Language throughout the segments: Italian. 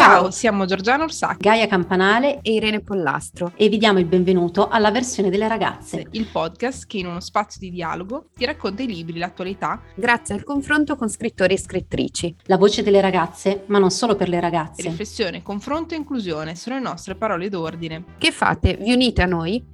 Ciao, siamo Giorgiana Orsacchi, Gaia Campanale e Irene Pollastro e vi diamo il benvenuto alla versione delle ragazze, il podcast che in uno spazio di dialogo ti racconta i libri, l'attualità, grazie al confronto con scrittori e scrittrici. la voce delle ragazze, ma non solo per le ragazze. Riflessione, confronto e inclusione sono le nostre parole d'ordine. Che fate? Vi unite a noi?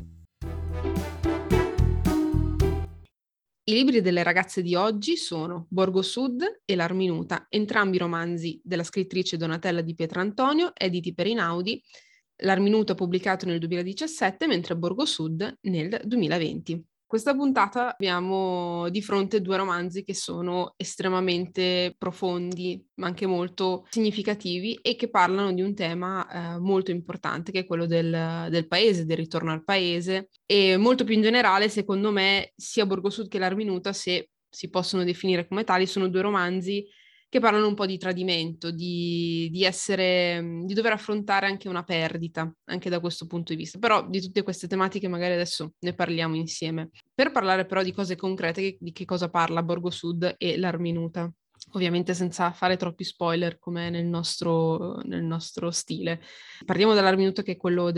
I libri delle ragazze di oggi sono Borgo Sud e L'Arminuta, entrambi romanzi della scrittrice Donatella Di Pietrantonio, editi per Einaudi. L'Arminuta pubblicato nel 2017, mentre Borgo Sud nel 2020. Questa puntata abbiamo di fronte due romanzi che sono estremamente profondi, ma anche molto significativi e che parlano di un tema molto importante, che è quello del paese, del ritorno al paese. E molto più in generale, secondo me, sia Borgo Sud che L'Arminuta, se si possono definire come tali, sono due romanzi che parlano un po' di tradimento, di dover affrontare anche una perdita, anche da questo punto di vista. Però di tutte queste tematiche magari adesso ne parliamo insieme. Per parlare però di cose concrete, di che cosa parla Borgo Sud e L'Arminuta, ovviamente senza fare troppi spoiler come nel nostro stile. Parliamo dell'Arminuta, che è quello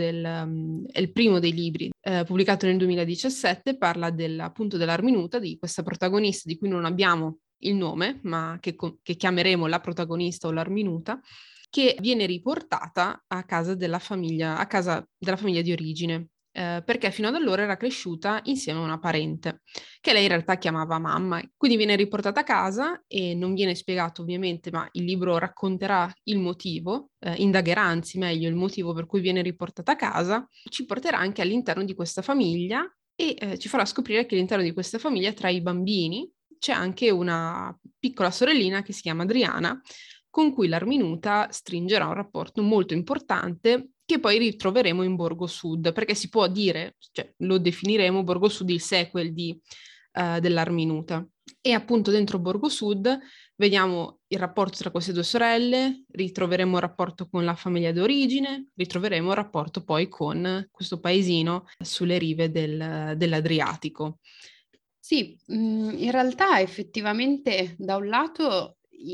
è il primo dei libri, pubblicato nel 2017, parla appunto dell'Arminuta, di questa protagonista di cui non abbiamo il nome, ma che chiameremo la protagonista o l'Arminuta, che viene riportata a casa della famiglia di origine, perché fino ad allora era cresciuta insieme a una parente, che lei in realtà chiamava mamma. Quindi viene riportata a casa e non viene spiegato ovviamente, ma il libro racconterà il motivo, indagherà anzi meglio il motivo per cui viene riportata a casa, ci porterà anche all'interno di questa famiglia e ci farà scoprire che all'interno di questa famiglia, tra i bambini, c'è anche una piccola sorellina che si chiama Adriana, con cui l'Arminuta stringerà un rapporto molto importante che poi ritroveremo in Borgo Sud, perché si può dire, cioè lo definiremo Borgo Sud il sequel dell'Arminuta. E appunto dentro Borgo Sud vediamo il rapporto tra queste due sorelle, ritroveremo il rapporto con la famiglia d'origine, ritroveremo il rapporto poi con questo paesino sulle rive dell'Adriatico. Sì, in realtà effettivamente da un lato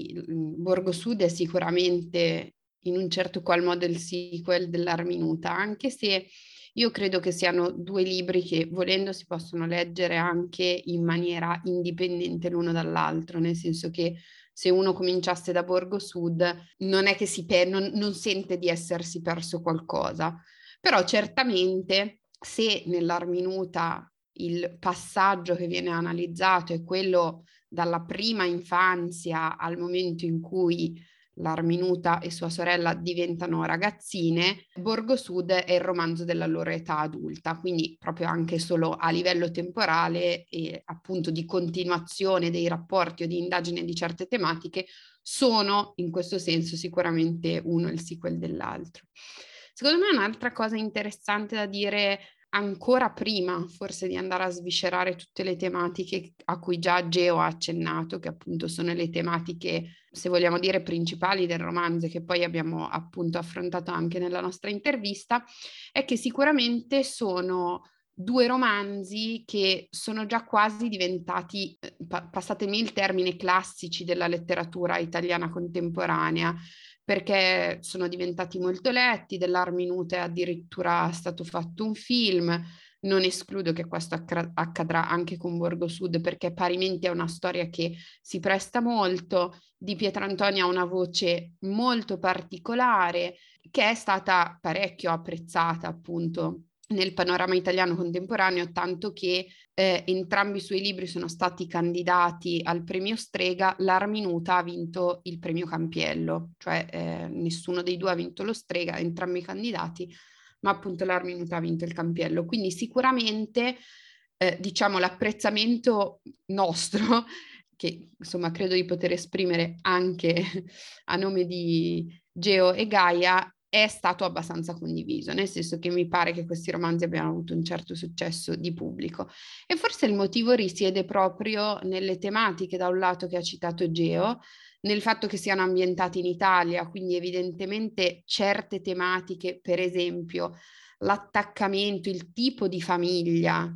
Borgo Sud è sicuramente in un certo qual modo il sequel dell'Arminuta, anche se io credo che siano due libri che volendo si possono leggere anche in maniera indipendente l'uno dall'altro, nel senso che se uno cominciasse da Borgo Sud non è che non sente di essersi perso qualcosa, però certamente se nell'Arminuta il passaggio che viene analizzato è quello dalla prima infanzia al momento in cui l'Arminuta e sua sorella diventano ragazzine, Borgo Sud è il romanzo della loro età adulta, quindi proprio anche solo a livello temporale e appunto di continuazione dei rapporti o di indagine di certe tematiche sono in questo senso sicuramente uno il sequel dell'altro. Secondo me un'altra cosa interessante da dire ancora prima forse di andare a sviscerare tutte le tematiche a cui già Geo ha accennato, che appunto sono le tematiche, se vogliamo dire, principali del romanzo, che poi abbiamo appunto affrontato anche nella nostra intervista, è che sicuramente sono due romanzi che sono già quasi diventati, passatemi il termine, classici della letteratura italiana contemporanea, perché sono diventati molto letti, dell'Arminuta è addirittura stato fatto un film. Non escludo che questo accadrà anche con Borgo Sud, perché parimenti è una storia che si presta molto. Di Pietrantonio ha una voce molto particolare, che è stata parecchio apprezzata appunto nel panorama italiano contemporaneo, tanto che entrambi i suoi libri sono stati candidati al premio Strega. L'Arminuta ha vinto il premio Campiello, cioè nessuno dei due ha vinto lo Strega, entrambi i candidati, ma appunto l'Arminuta ha vinto il Campiello. Quindi sicuramente diciamo l'apprezzamento nostro, che insomma credo di poter esprimere anche a nome di Geo e Gaia, è stato abbastanza condiviso, nel senso che mi pare che questi romanzi abbiano avuto un certo successo di pubblico. E forse il motivo risiede proprio nelle tematiche, da un lato che ha citato Geo, nel fatto che siano ambientati in Italia, quindi evidentemente certe tematiche, per esempio l'attaccamento, il tipo di famiglia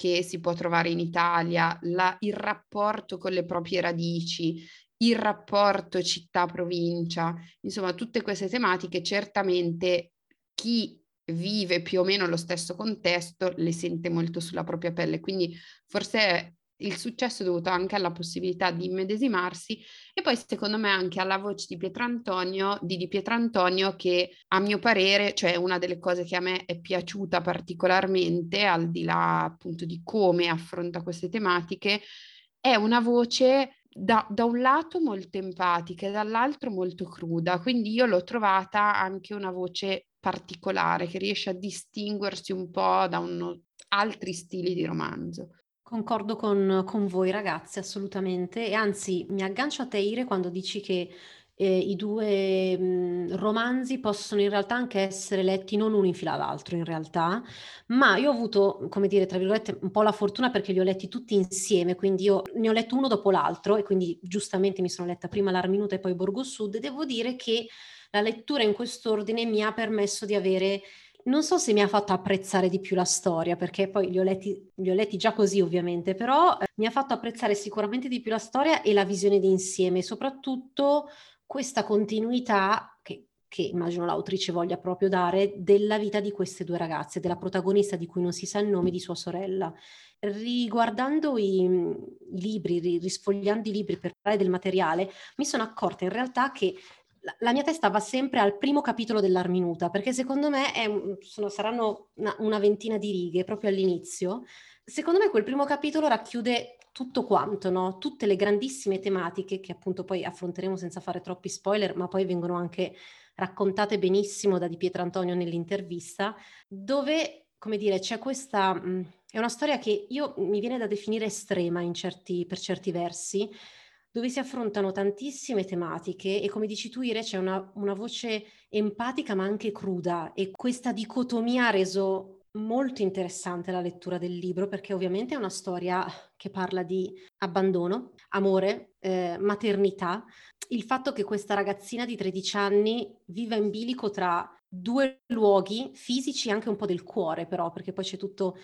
che si può trovare in Italia, il rapporto con le proprie radici, il rapporto città-provincia, insomma tutte queste tematiche certamente chi vive più o meno lo stesso contesto le sente molto sulla propria pelle, quindi forse il successo è dovuto anche alla possibilità di immedesimarsi e poi secondo me anche alla voce di Pietrantonio, di Pietrantonio che a mio parere, cioè una delle cose che a me è piaciuta particolarmente, al di là appunto di come affronta queste tematiche, è una voce da un lato molto empatica e dall'altro molto cruda, quindi io l'ho trovata anche una voce particolare che riesce a distinguersi un po' da altri stili di romanzo. Concordo con voi ragazzi, assolutamente, e anzi mi aggancio a te Ire quando dici che i due romanzi possono in realtà anche essere letti non uno in fila all'altro in realtà, ma io ho avuto, come dire, tra virgolette, un po' la fortuna perché li ho letti tutti insieme, quindi io ne ho letto uno dopo l'altro e quindi giustamente mi sono letta prima L'Arminuta e poi Borgo Sud e devo dire che la lettura in quest'ordine mi ha permesso di avere, non so se mi ha fatto apprezzare di più la storia, perché poi li ho letti già così ovviamente, però mi ha fatto apprezzare sicuramente di più la storia e la visione d'insieme, soprattutto questa continuità che immagino l'autrice voglia proprio dare della vita di queste due ragazze, della protagonista di cui non si sa il nome, di sua sorella. Riguardando i libri, risfogliando i libri per parlare del materiale, mi sono accorta in realtà che la mia testa va sempre al primo capitolo dell'Arminuta, perché secondo me saranno una ventina di righe proprio all'inizio. Secondo me quel primo capitolo racchiude tutto quanto, no? Tutte le grandissime tematiche che appunto poi affronteremo senza fare troppi spoiler, ma poi vengono anche raccontate benissimo da Di Pietrantonio nell'intervista, dove, come dire, c'è questa... è una storia che mi viene da definire estrema per certi versi, dove si affrontano tantissime tematiche e come dici tu Ire c'è una voce empatica ma anche cruda e questa dicotomia ha reso molto interessante la lettura del libro perché ovviamente è una storia che parla di abbandono, amore, maternità, il fatto che questa ragazzina di 13 anni viva in bilico tra due luoghi fisici e anche un po' del cuore però, perché poi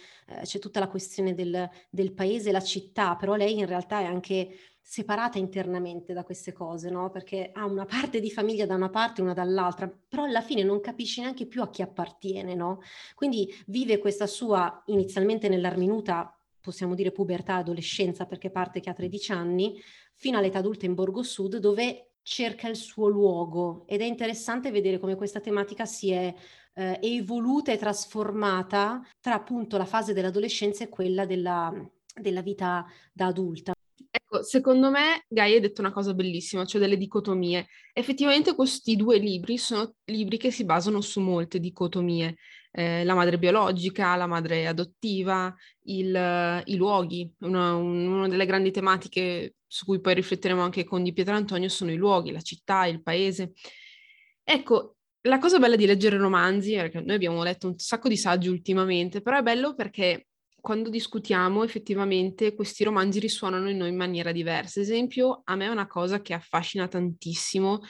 c'è tutta la questione del paese, la città, però lei in realtà è anche separata internamente da queste cose, no? Perché ha una parte di famiglia da una parte e una dall'altra, però alla fine non capisce neanche più a chi appartiene, no? Quindi vive questa sua, inizialmente nell'Arminuta, possiamo dire pubertà, adolescenza, perché parte che ha 13 anni, fino all'età adulta in Borgo Sud, dove cerca il suo luogo. Ed è interessante vedere come questa tematica si è evoluta e trasformata tra appunto la fase dell'adolescenza e quella della vita da adulta. Ecco, secondo me Gaia ha detto una cosa bellissima, cioè delle dicotomie. Effettivamente questi due libri sono libri che si basano su molte dicotomie. La madre biologica, la madre adottiva, i luoghi. Una delle grandi tematiche su cui poi rifletteremo anche con Di Pietrantonio sono i luoghi, la città, il paese. Ecco, la cosa bella di leggere romanzi, perché noi abbiamo letto un sacco di saggi ultimamente, però è bello perché quando discutiamo effettivamente questi romanzi risuonano in noi in maniera diversa. Ad esempio, a me è una cosa che affascina tantissimo,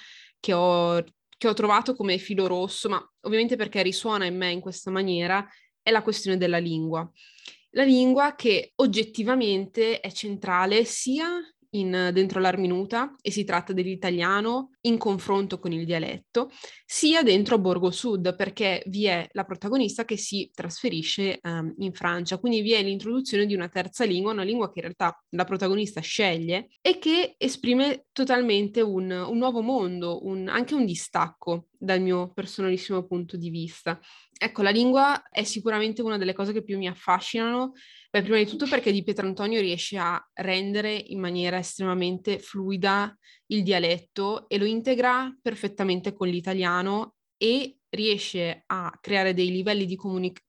che ho trovato come filo rosso, ma ovviamente perché risuona in me in questa maniera, è la questione della lingua. La lingua che oggettivamente è centrale sia dentro l'Arminuta e si tratta dell'italiano in confronto con il dialetto, sia dentro Borgo Sud perché vi è la protagonista che si trasferisce in Francia, quindi vi è l'introduzione di una terza lingua, una lingua che in realtà la protagonista sceglie e che esprime totalmente un nuovo mondo, anche un distacco dal mio personalissimo punto di vista. Ecco, la lingua è sicuramente una delle cose che più mi affascinano. Beh, prima di tutto perché Di Pietrantonio riesce a rendere in maniera estremamente fluida il dialetto e lo integra perfettamente con l'italiano e riesce a creare dei livelli di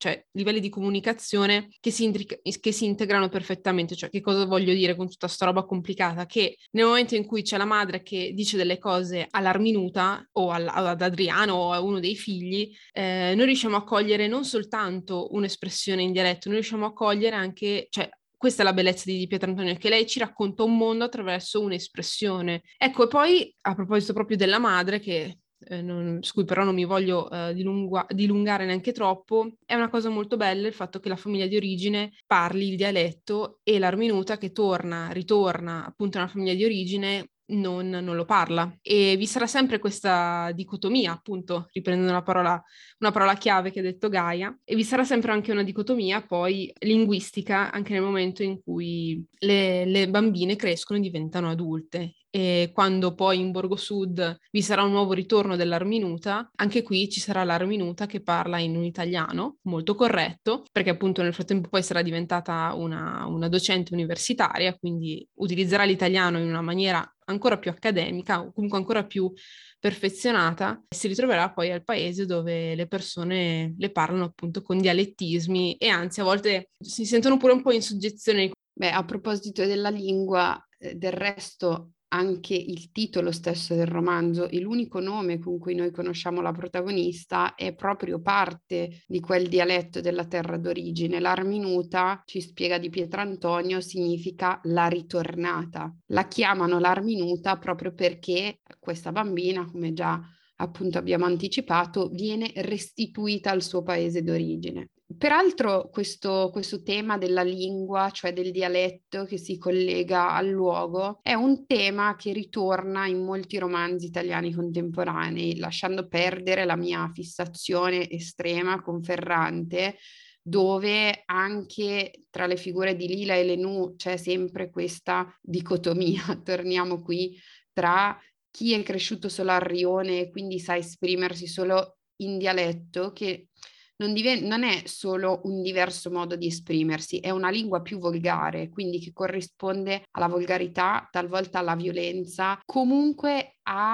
comunicazione che si integrano perfettamente. Cioè, che cosa voglio dire con tutta sta roba complicata? Che nel momento in cui c'è la madre che dice delle cose all'Arminuta o ad Adriano o a uno dei figli, noi riusciamo a cogliere non soltanto un'espressione in dialetto, noi riusciamo a cogliere anche, cioè, questa è la bellezza di Pietrantonio, che lei ci racconta un mondo attraverso un'espressione. Ecco, e poi a proposito proprio della madre, che su cui però non mi voglio dilungare neanche troppo, è una cosa molto bella il fatto che la famiglia di origine parli il dialetto e l'Arminuta che ritorna appunto nella famiglia di origine non lo parla. E vi sarà sempre questa dicotomia, appunto, riprendendo una parola chiave che ha detto Gaia, e vi sarà sempre anche una dicotomia poi linguistica anche nel momento in cui le bambine crescono e diventano adulte. E quando poi in Borgo Sud vi sarà un nuovo ritorno dell'Arminuta, anche qui ci sarà l'Arminuta che parla in un italiano molto corretto, perché appunto nel frattempo poi sarà diventata una docente universitaria, quindi utilizzerà l'italiano in una maniera ancora più accademica o comunque ancora più perfezionata, e si ritroverà poi al paese dove le persone le parlano appunto con dialettismi e anzi a volte si sentono pure un po' in soggezione. Beh, a proposito della lingua, del resto anche il titolo stesso del romanzo e l'unico nome con cui noi conosciamo la protagonista è proprio parte di quel dialetto della terra d'origine. L'Arminuta, ci spiega di Pietrantonio, significa la ritornata. La chiamano l'Arminuta proprio perché questa bambina, come già appunto abbiamo anticipato, viene restituita al suo paese d'origine. Peraltro questo tema della lingua, cioè del dialetto che si collega al luogo, è un tema che ritorna in molti romanzi italiani contemporanei, lasciando perdere la mia fissazione estrema con Ferrante, dove anche tra le figure di Lila e Lenù c'è sempre questa dicotomia, torniamo qui, tra chi è cresciuto solo a Rione e quindi sa esprimersi solo in dialetto, che non è solo un diverso modo di esprimersi, è una lingua più volgare, quindi corrisponde alla volgarità, talvolta alla violenza, comunque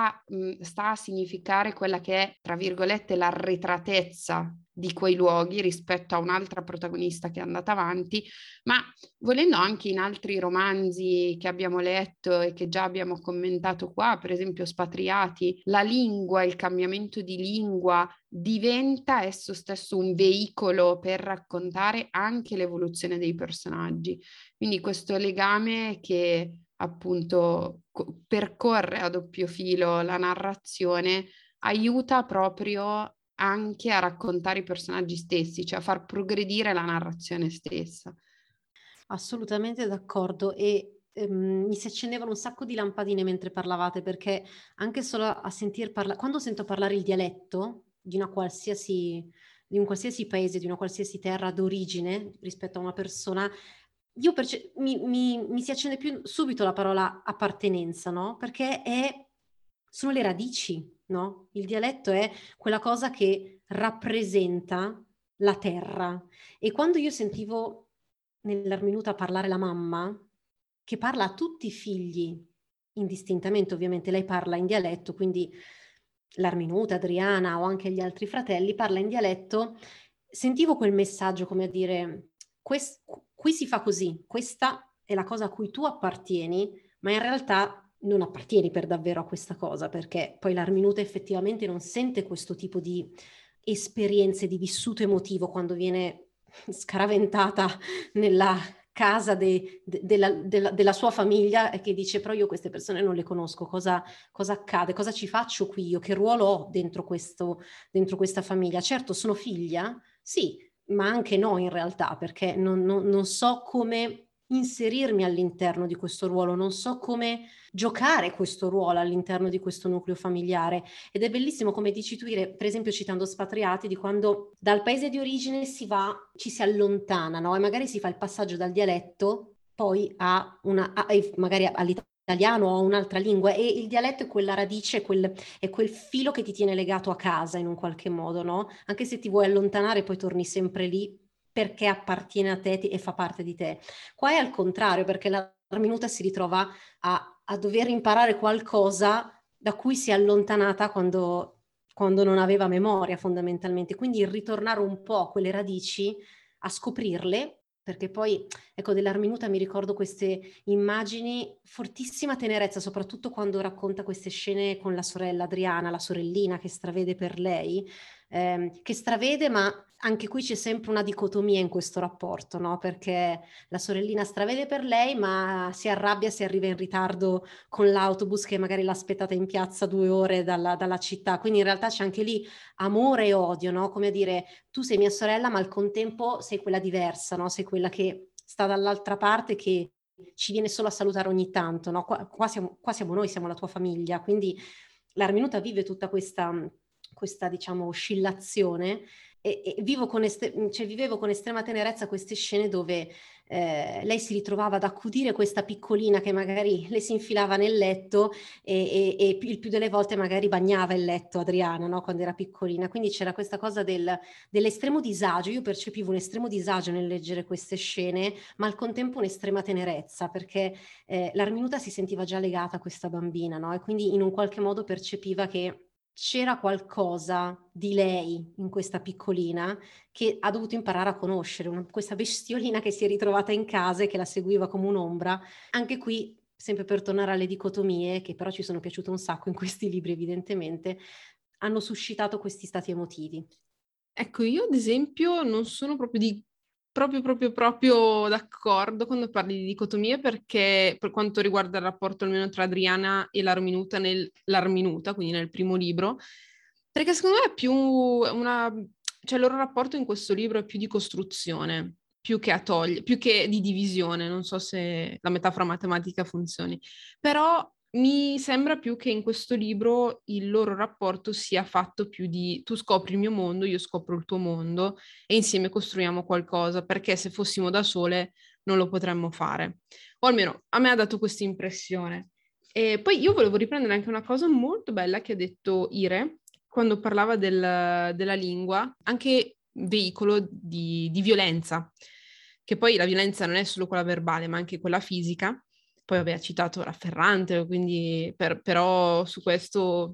sta a significare quella che è, tra virgolette, l'arretratezza di quei luoghi rispetto a un'altra protagonista che è andata avanti, ma volendo anche in altri romanzi che abbiamo letto e che già abbiamo commentato qua, per esempio Spatriati, la lingua, il cambiamento di lingua diventa esso stesso un veicolo per raccontare anche l'evoluzione dei personaggi. Quindi questo legame che appunto percorre a doppio filo la narrazione aiuta proprio anche a raccontare i personaggi stessi, cioè a far progredire la narrazione stessa. Assolutamente d'accordo e mi si accendevano un sacco di lampadine mentre parlavate, perché anche solo a sentir parlare, quando sento parlare il dialetto di un qualsiasi paese, di una qualsiasi terra d'origine rispetto a una persona, mi si accende più subito la parola appartenenza, no? Perché sono le radici, no? Il dialetto è quella cosa che rappresenta la terra. E quando io sentivo nell'Arminuta parlare la mamma, che parla a tutti i figli, indistintamente ovviamente, lei parla in dialetto, quindi l'Arminuta, Adriana o anche gli altri fratelli parla in dialetto, sentivo quel messaggio come a dire, qui si fa così, questa è la cosa a cui tu appartieni, ma in realtà non appartieni per davvero a questa cosa, perché poi l'Arminuta effettivamente non sente questo tipo di esperienze di vissuto emotivo quando viene scaraventata nella casa della sua famiglia e che dice però io queste persone non le conosco, cosa accade, cosa ci faccio qui io, che ruolo ho dentro questa famiglia. Certo sono figlia, sì, ma anche no in realtà, perché non so come inserirmi all'interno di questo ruolo, non so come giocare questo ruolo all'interno di questo nucleo familiare. Ed è bellissimo, come dici tu, per esempio citando Spatriati, di quando dal paese di origine ci si allontana, no? E magari si fa il passaggio dal dialetto poi magari all'italiano o a un'altra lingua, e il dialetto è quella radice, è quel filo che ti tiene legato a casa in un qualche modo, no? Anche se ti vuoi allontanare poi torni sempre lì perché appartiene a te e fa parte di te. Qua è al contrario, perché l'Arminuta si ritrova a dover imparare qualcosa da cui si è allontanata quando non aveva memoria fondamentalmente. Quindi il ritornare un po' a quelle radici, a scoprirle, perché poi, ecco, dell'Arminuta mi ricordo queste immagini, fortissima tenerezza, soprattutto quando racconta queste scene con la sorella Adriana, la sorellina che stravede per lei, che stravede, ma anche qui c'è sempre una dicotomia in questo rapporto, no? Perché la sorellina stravede per lei, ma si arrabbia se arriva in ritardo con l'autobus che magari l'ha aspettata in piazza 2 ore dalla città. Quindi in realtà c'è anche lì amore e odio, no? Come a dire, tu sei mia sorella, ma al contempo sei quella diversa, no? Sei quella che sta dall'altra parte, che ci viene solo a salutare ogni tanto, no? Qua siamo noi, siamo la tua famiglia. Quindi l'Arminuta vive tutta questa diciamo oscillazione e vivevo con estrema tenerezza queste scene dove lei si ritrovava ad accudire questa piccolina che magari le si infilava nel letto e il più delle volte magari bagnava il letto Adriana, no? Quando era piccolina. Quindi c'era questa cosa dell'estremo disagio. Io percepivo un estremo disagio nel leggere queste scene, ma al contempo un'estrema tenerezza, perché l'Arminuta si sentiva già legata a questa bambina, no? E quindi in un qualche modo percepiva che c'era qualcosa di lei in questa piccolina che ha dovuto imparare a conoscere, questa bestiolina che si è ritrovata in casa e che la seguiva come un'ombra. Anche qui, sempre per tornare alle dicotomie, che però ci sono piaciute un sacco in questi libri evidentemente, hanno suscitato questi stati emotivi. Ecco, io ad esempio non sono proprio d'accordo quando parli di dicotomie, perché per quanto riguarda il rapporto almeno tra Adriana e l'Arminuta, quindi nel primo libro, perché secondo me è più cioè il loro rapporto in questo libro è più di costruzione, più che di divisione, non so se la metafora matematica funzioni, però mi sembra più che in questo libro il loro rapporto sia fatto più di tu scopri il mio mondo, io scopro il tuo mondo e insieme costruiamo qualcosa, perché se fossimo da sole non lo potremmo fare. O almeno a me ha dato questa impressione. E poi io volevo riprendere anche una cosa molto bella che ha detto Ire quando parlava della lingua, anche veicolo di violenza, che poi la violenza non è solo quella verbale, ma anche quella fisica. Poi vabbè, ha citato Rafferrante, quindi però su questo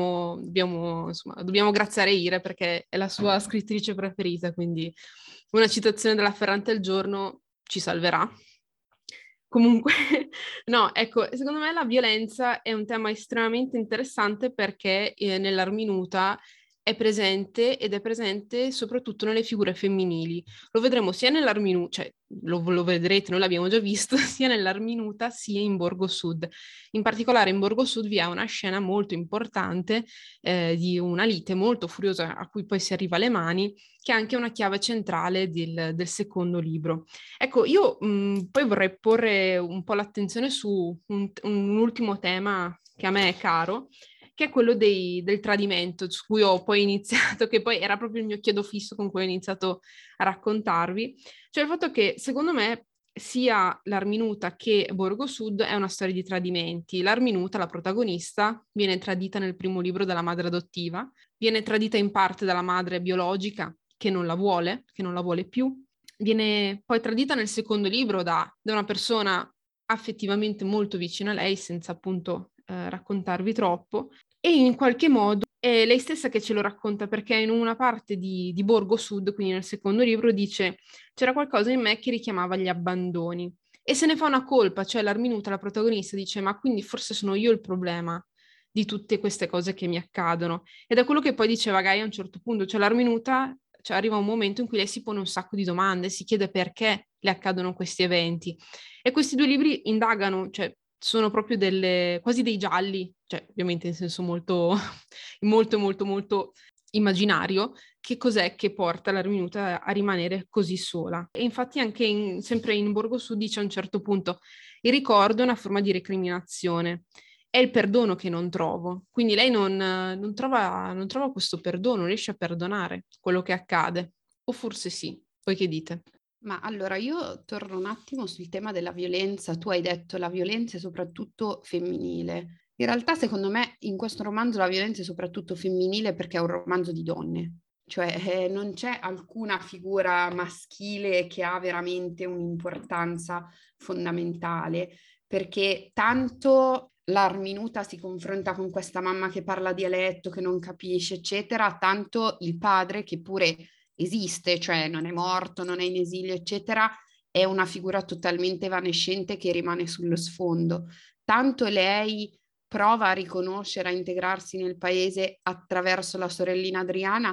dobbiamo graziare Ire perché è la sua scrittrice preferita, quindi una citazione della Ferrante al giorno ci salverà. Comunque, no, ecco, secondo me la violenza è un tema estremamente interessante perché nell'Arminuta è presente ed è presente soprattutto nelle figure femminili. Lo vedremo sia nell'Arminuta, cioè lo vedrete, noi l'abbiamo già visto, sia nell'Arminuta sia in Borgo Sud. In particolare in Borgo Sud vi è una scena molto importante di una lite molto furiosa a cui poi si arriva alle mani, che è anche una chiave centrale del secondo libro. Ecco, io poi vorrei porre un po' l'attenzione su un ultimo tema che a me è caro, che è quello del tradimento, su cui ho poi iniziato, che poi era proprio il mio chiodo fisso con cui ho iniziato a raccontarvi, cioè il fatto che secondo me sia l'Arminuta che Borgo Sud è una storia di tradimenti. L'Arminuta, la protagonista, viene tradita nel primo libro dalla madre adottiva, viene tradita in parte dalla madre biologica che non la vuole più, viene poi tradita nel secondo libro da una persona affettivamente molto vicina a lei, senza appunto raccontarvi troppo, e in qualche modo è lei stessa che ce lo racconta, perché in una parte di Borgo Sud, quindi nel secondo libro, dice c'era qualcosa in me che richiamava gli abbandoni e se ne fa una colpa, cioè l'Arminuta, la protagonista, dice ma quindi forse sono io il problema di tutte queste cose che mi accadono. Ed è quello che poi diceva Gaia a un certo punto, cioè l'Arminuta, cioè arriva un momento in cui lei si pone un sacco di domande, si chiede perché le accadono questi eventi. E questi due libri indagano, cioè sono proprio quasi dei gialli, cioè ovviamente in senso molto, molto immaginario, che cos'è che porta l'Arminuta a rimanere così sola. E infatti anche sempre in Borgo Sud dice a un certo punto, il ricordo è una forma di recriminazione, è il perdono che non trovo, quindi lei non trova questo perdono, non riesce a perdonare quello che accade, o forse sì, voi che dite? Ma allora io torno un attimo sul tema della violenza. Tu hai detto la violenza è soprattutto femminile. In realtà, secondo me, in questo romanzo la violenza è soprattutto femminile perché è un romanzo di donne. Cioè, non c'è alcuna figura maschile che ha veramente un'importanza fondamentale, perché tanto l'Arminuta si confronta con questa mamma che parla dialetto, che non capisce, eccetera, tanto il padre che pure esiste, cioè non è morto, non è in esilio, eccetera, è una figura totalmente evanescente che rimane sullo sfondo. Tanto lei prova a riconoscere, a integrarsi nel paese attraverso la sorellina Adriana,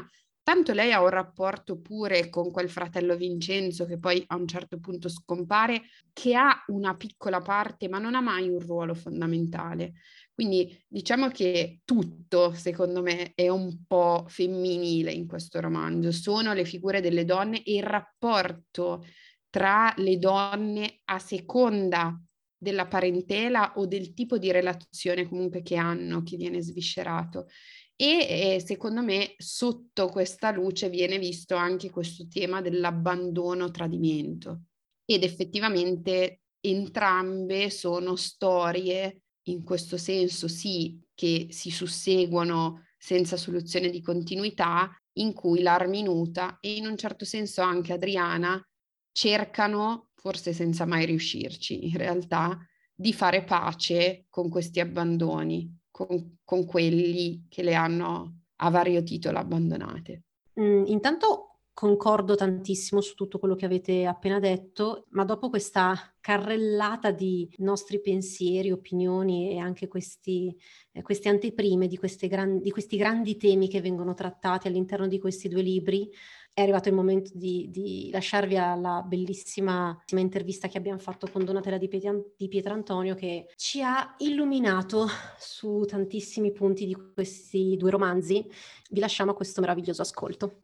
Tanto lei ha un rapporto pure con quel fratello Vincenzo che poi a un certo punto scompare, che ha una piccola parte, ma non ha mai un ruolo fondamentale. Quindi diciamo che tutto, secondo me, è un po' femminile in questo romanzo. Sono le figure delle donne e il rapporto tra le donne a seconda della parentela o del tipo di relazione comunque che hanno, che viene sviscerato. E secondo me sotto questa luce viene visto anche questo tema dell'abbandono-tradimento. Ed effettivamente entrambe sono storie, in questo senso sì, che si susseguono senza soluzione di continuità, in cui l'Arminuta e in un certo senso anche Adriana cercano, forse senza mai riuscirci in realtà, di fare pace con questi abbandoni, con quelli che le hanno a vario titolo abbandonate. Intanto concordo tantissimo su tutto quello che avete appena detto, ma dopo questa carrellata di nostri pensieri, opinioni e anche queste anteprime di questi grandi temi che vengono trattati all'interno di questi due libri, è arrivato il momento di lasciarvi alla bellissima intervista che abbiamo fatto con Donatella di Pietrantonio, che ci ha illuminato su tantissimi punti di questi due romanzi. Vi lasciamo a questo meraviglioso ascolto.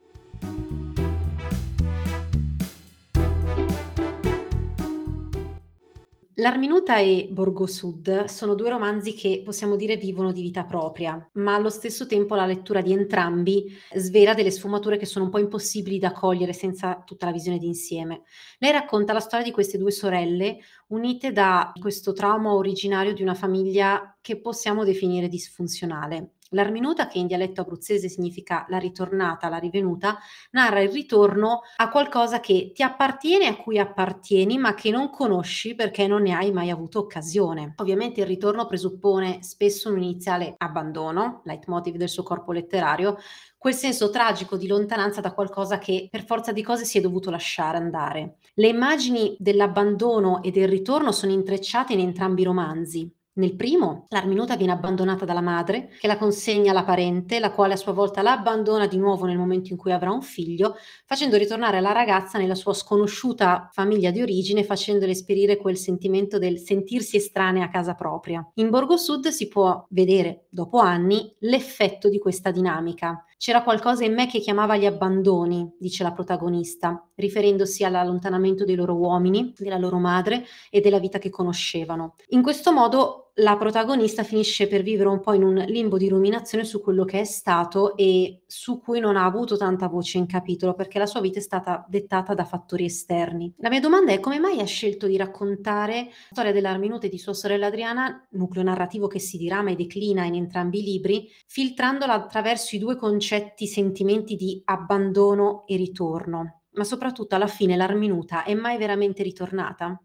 L'Arminuta e Borgo Sud sono due romanzi che possiamo dire vivono di vita propria, ma allo stesso tempo la lettura di entrambi svela delle sfumature che sono un po' impossibili da cogliere senza tutta la visione d'insieme. Lei racconta la storia di queste due sorelle unite da questo trauma originario di una famiglia che possiamo definire disfunzionale. L'Arminuta, che in dialetto abruzzese significa la ritornata, la rivenuta, narra il ritorno a qualcosa che ti appartiene, a cui appartieni, ma che non conosci perché non ne hai mai avuto occasione. Ovviamente il ritorno presuppone spesso un iniziale abbandono, leitmotiv del suo corpo letterario, quel senso tragico di lontananza da qualcosa che per forza di cose si è dovuto lasciare andare. Le immagini dell'abbandono e del ritorno sono intrecciate in entrambi i romanzi. Nel primo, l'Arminuta viene abbandonata dalla madre, che la consegna alla parente, la quale a sua volta la abbandona di nuovo nel momento in cui avrà un figlio, facendo ritornare la ragazza nella sua sconosciuta famiglia di origine, facendole esperire quel sentimento del sentirsi estranea a casa propria. In Borgo Sud si può vedere, dopo anni, l'effetto di questa dinamica. C'era qualcosa in me che chiamava gli abbandoni, dice la protagonista, riferendosi all'allontanamento dei loro uomini, della loro madre e della vita che conoscevano. In questo modo la protagonista finisce per vivere un po' in un limbo di ruminazione su quello che è stato e su cui non ha avuto tanta voce in capitolo, perché la sua vita è stata dettata da fattori esterni. La mia domanda è: come mai ha scelto di raccontare la storia dell'Arminuta e di sua sorella Adriana, nucleo narrativo che si dirama e declina in entrambi i libri, filtrandola attraverso i due concetti, sentimenti di abbandono e ritorno? Ma soprattutto alla fine l'Arminuta è mai veramente ritornata?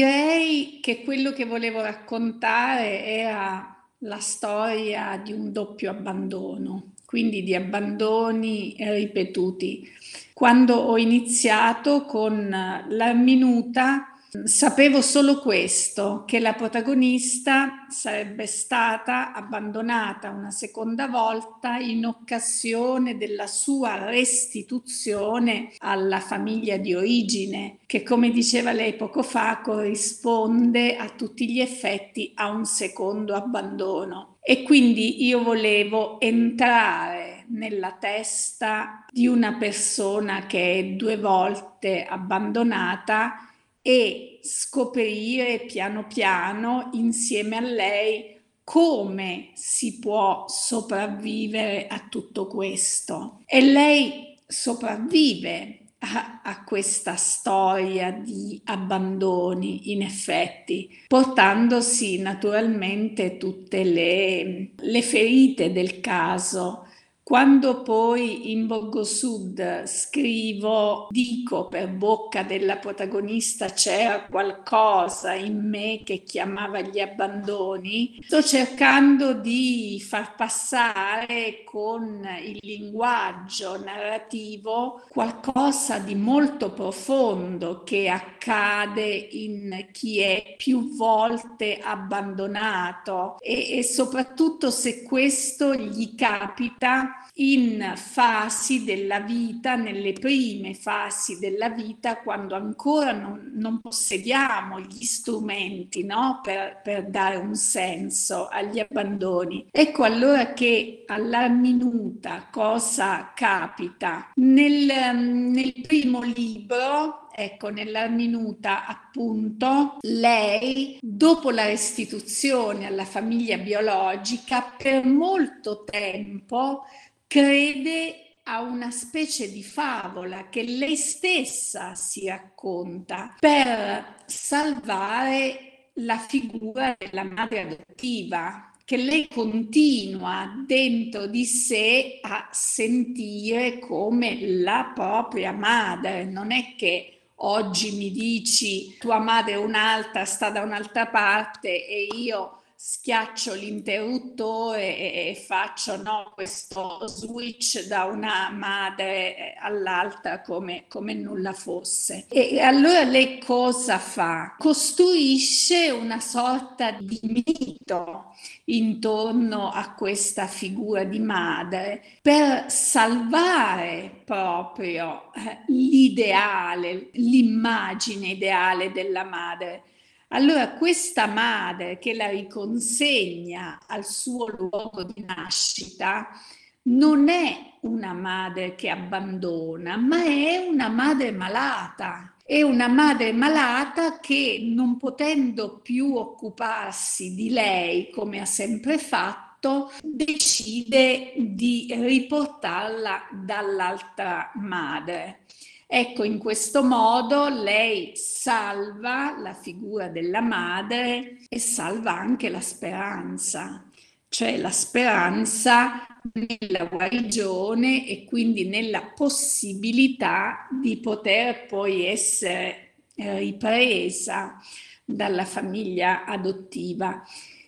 Direi che quello che volevo raccontare era la storia di un doppio abbandono, quindi di abbandoni ripetuti. Quando ho iniziato con l'Arminuta, sapevo solo questo, che la protagonista sarebbe stata abbandonata una seconda volta in occasione della sua restituzione alla famiglia di origine, che, come diceva lei poco fa, corrisponde a tutti gli effetti a un secondo abbandono. E quindi io volevo entrare nella testa di una persona che è due volte abbandonata e scoprire piano piano insieme a lei come si può sopravvivere a tutto questo. E lei sopravvive a questa storia di abbandoni, in effetti, portandosi naturalmente tutte le ferite del caso. Quando poi in Borgo Sud dico per bocca della protagonista c'era qualcosa in me che chiamava gli abbandoni, sto cercando di far passare con il linguaggio narrativo qualcosa di molto profondo che accade in chi è più volte abbandonato e soprattutto se questo gli capita in fasi della vita, nelle prime fasi della vita, quando ancora non possediamo gli strumenti, no? per dare un senso agli abbandoni. Ecco allora che all'Arminuta cosa capita? Nel primo libro, ecco, nell'Arminuta appunto, lei dopo la restituzione alla famiglia biologica per molto tempo crede a una specie di favola che lei stessa si racconta per salvare la figura della madre adottiva, che lei continua dentro di sé a sentire come la propria madre. Non è che oggi mi dici tua madre è un'altra, sta da un'altra parte e io schiaccio l'interruttore e faccio questo switch da una madre all'altra come nulla fosse. E allora lei cosa fa? Costruisce una sorta di mito intorno a questa figura di madre per salvare proprio l'ideale, l'immagine ideale della madre. Allora questa madre che la riconsegna al suo luogo di nascita non è una madre che abbandona, ma è una madre malata. È una madre malata che, non potendo più occuparsi di lei come ha sempre fatto, decide di riportarla dall'altra madre. Ecco, in questo modo lei salva la figura della madre e salva anche la speranza, cioè la speranza nella guarigione e quindi nella possibilità di poter poi essere ripresa dalla famiglia adottiva.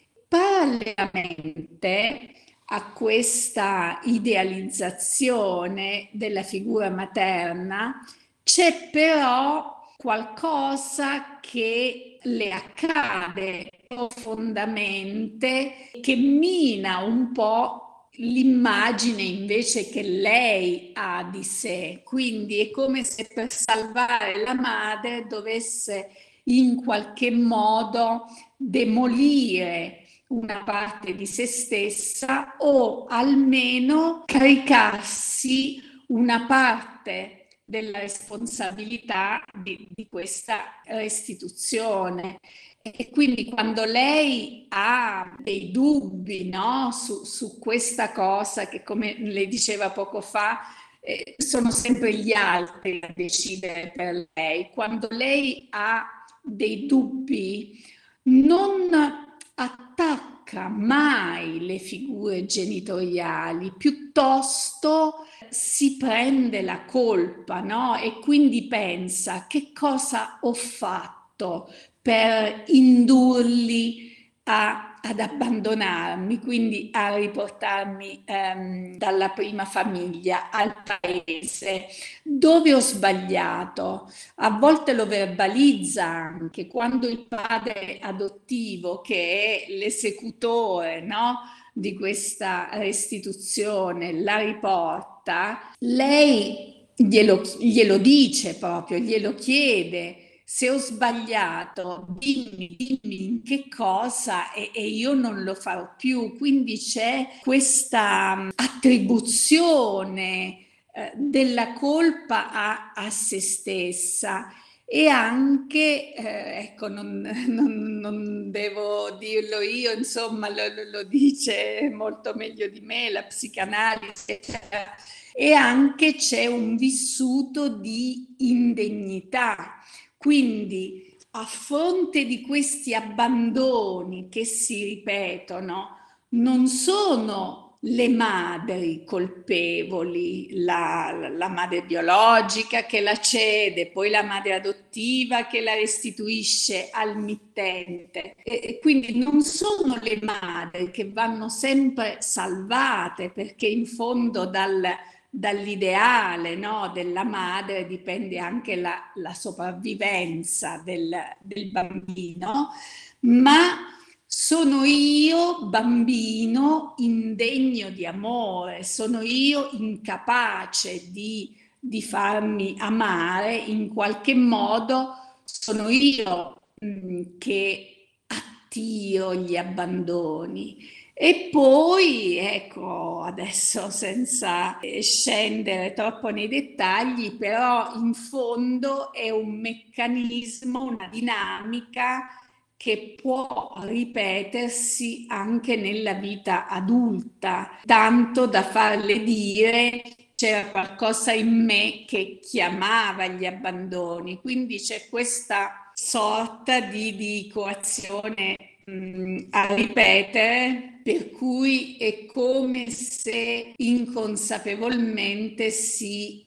Parallelamente a questa idealizzazione della figura materna c'è però qualcosa che le accade profondamente, che mina un po' l'immagine invece che lei ha di sé. Quindi è come se per salvare la madre dovesse in qualche modo demolire una parte di se stessa o almeno caricarsi una parte della responsabilità di questa restituzione. E quindi quando lei ha dei dubbi, no, su questa cosa che, come le diceva poco fa, sono sempre gli altri a decidere per lei, quando lei ha dei dubbi non attacca mai le figure genitoriali, piuttosto si prende la colpa, no? E quindi pensa: che cosa ho fatto per indurli ad abbandonarmi, quindi a riportarmi dalla prima famiglia al paese? Dove ho sbagliato? A volte lo verbalizza anche quando il padre adottivo, che è l'esecutore, no, di questa restituzione, la riporta, lei glielo dice proprio, glielo chiede: se ho sbagliato, dimmi in che cosa e io non lo farò più. Quindi c'è questa attribuzione della colpa a se stessa. E anche, ecco, non devo dirlo io, insomma, lo dice molto meglio di me la psicanalisi, eccetera. E anche c'è un vissuto di indegnità. Quindi, a fronte di questi abbandoni che si ripetono, non sono le madri colpevoli, la madre biologica che la cede, poi la madre adottiva che la restituisce al mittente. E quindi non sono le madri che vanno sempre salvate, perché in fondo dall'ideale, no, della madre dipende anche la sopravvivenza del bambino, ma sono io bambino indegno di amore, sono io incapace di farmi amare in qualche modo, sono io che attiro gli abbandoni. E poi, ecco, adesso senza scendere troppo nei dettagli, però in fondo è un meccanismo, una dinamica che può ripetersi anche nella vita adulta, tanto da farle dire c'era qualcosa in me che chiamava gli abbandoni, quindi c'è questa sorta di coazione a ripetere, per cui è come se inconsapevolmente si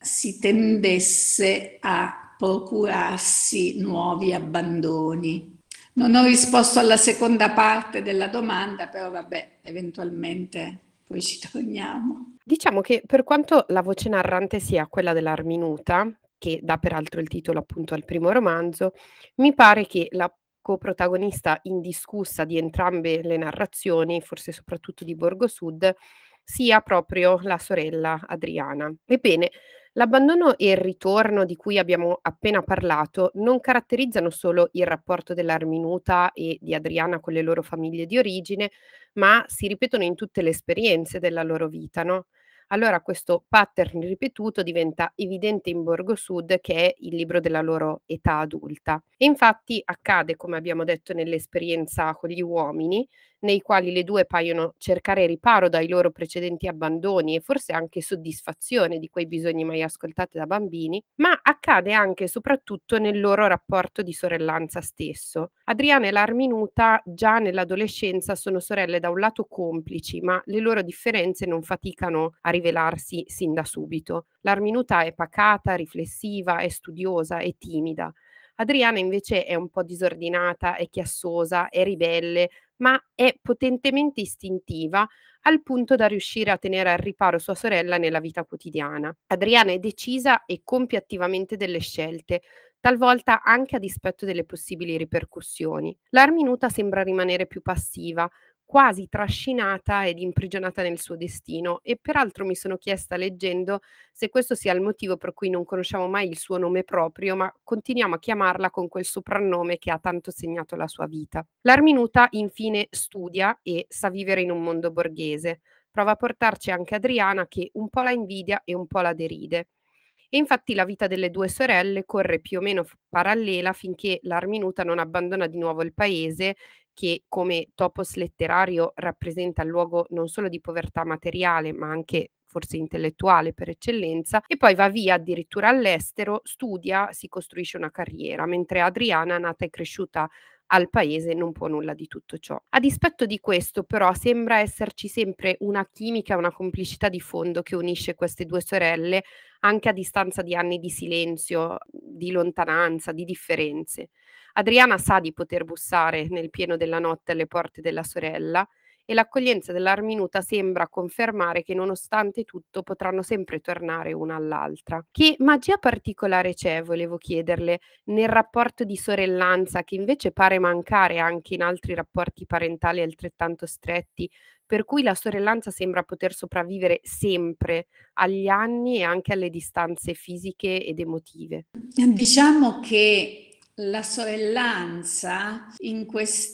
tendesse a procurarsi nuovi abbandoni. Non ho risposto alla seconda parte della domanda, però vabbè, eventualmente poi ci torniamo. Diciamo che per quanto la voce narrante sia quella dell'Arminuta, che dà peraltro il titolo appunto al primo romanzo, mi pare che la coprotagonista indiscussa di entrambe le narrazioni, forse soprattutto di Borgo Sud, sia proprio la sorella Adriana. Ebbene, l'abbandono e il ritorno di cui abbiamo appena parlato non caratterizzano solo il rapporto dell'Arminuta e di Adriana con le loro famiglie di origine, ma si ripetono in tutte le esperienze della loro vita, no? Allora questo pattern ripetuto diventa evidente in Borgo Sud, che è il libro della loro età adulta. E infatti accade, come abbiamo detto, nell'esperienza con gli uomini, nei quali le due paiono cercare riparo dai loro precedenti abbandoni e forse anche soddisfazione di quei bisogni mai ascoltati da bambini, ma accade anche e soprattutto nel loro rapporto di sorellanza stesso. Adriana e l'Arminuta già nell'adolescenza sono sorelle da un lato complici, ma le loro differenze non faticano a rivelarsi sin da subito. L'Arminuta è pacata, riflessiva, è studiosa, è timida. Adriana invece è un po' disordinata, è chiassosa, è ribelle, ma è potentemente istintiva al punto da riuscire a tenere al riparo sua sorella nella vita quotidiana. Adriana è decisa e compie attivamente delle scelte, talvolta anche a dispetto delle possibili ripercussioni. L'Arminuta sembra rimanere più passiva, quasi trascinata ed imprigionata nel suo destino, e peraltro mi sono chiesta leggendo se questo sia il motivo per cui non conosciamo mai il suo nome proprio, ma continuiamo a chiamarla con quel soprannome che ha tanto segnato la sua vita. L'Arminuta infine studia e sa vivere in un mondo borghese. Prova a portarci anche Adriana, che un po' la invidia e un po' la deride. E infatti la vita delle due sorelle corre più o meno parallela finché l'Arminuta non abbandona di nuovo il paese, che come topos letterario rappresenta il luogo non solo di povertà materiale, ma anche forse intellettuale per eccellenza, e poi va via addirittura all'estero, studia, si costruisce una carriera, mentre Adriana, nata e cresciuta al paese, non può nulla di tutto ciò. A dispetto di questo, però, sembra esserci sempre una chimica, una complicità di fondo che unisce queste due sorelle, anche a distanza di anni di silenzio, di lontananza, di differenze. Adriana sa di poter bussare nel pieno della notte alle porte della sorella, e l'accoglienza dell'Arminuta sembra confermare che nonostante tutto potranno sempre tornare una all'altra. Che magia particolare c'è, volevo chiederle, nel rapporto di sorellanza che invece pare mancare anche in altri rapporti parentali altrettanto stretti, per cui la sorellanza sembra poter sopravvivere sempre agli anni e anche alle distanze fisiche ed emotive. Diciamo che la sorellanza in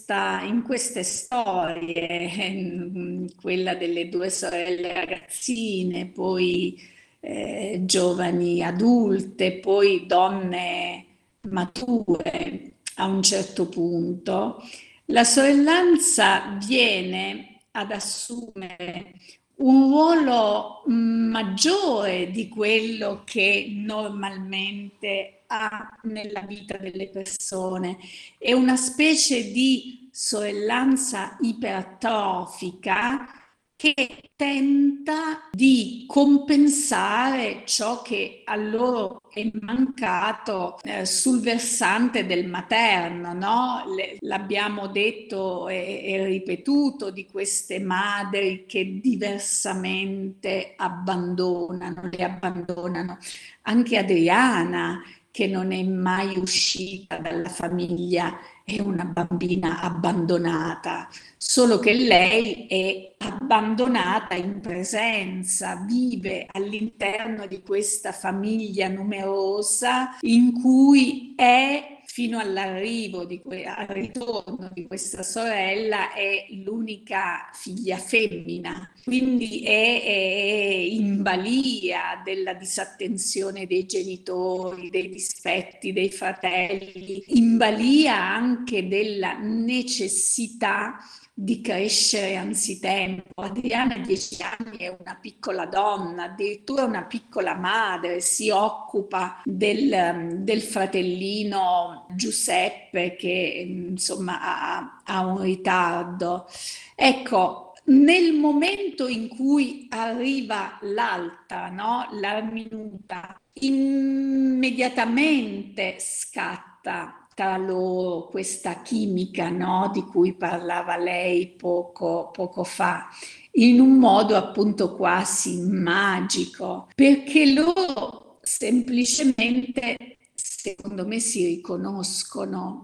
queste storie, quella delle due sorelle ragazzine, poi giovani adulte, poi donne mature a un certo punto, la sorellanza viene ad assumere un ruolo maggiore di quello che normalmente ha nella vita delle persone. È una specie di sorellanza iperatrofica che tenta di compensare ciò che a loro è mancato sul versante del materno, no? L'abbiamo detto e ripetuto di queste madri che diversamente le abbandonano. Anche Adriana, che non è mai uscita dalla famiglia, è una bambina abbandonata, solo che lei è abbandonata in presenza, vive all'interno di questa famiglia numerosa in cui è fino all'arrivo al ritorno di questa sorella è l'unica figlia femmina, quindi è in balia della disattenzione dei genitori, dei dispetti dei fratelli, in balia anche della necessità di crescere anzitempo. Adriana a 10 anni è una piccola donna, addirittura una piccola madre, si occupa del fratellino Giuseppe che insomma ha un ritardo. Ecco, nel momento in cui arriva l'altra, no? L'arminuta, immediatamente scatta tra loro questa chimica, no? Di cui parlava lei poco fa, in un modo appunto quasi magico, perché loro semplicemente, secondo me, si riconoscono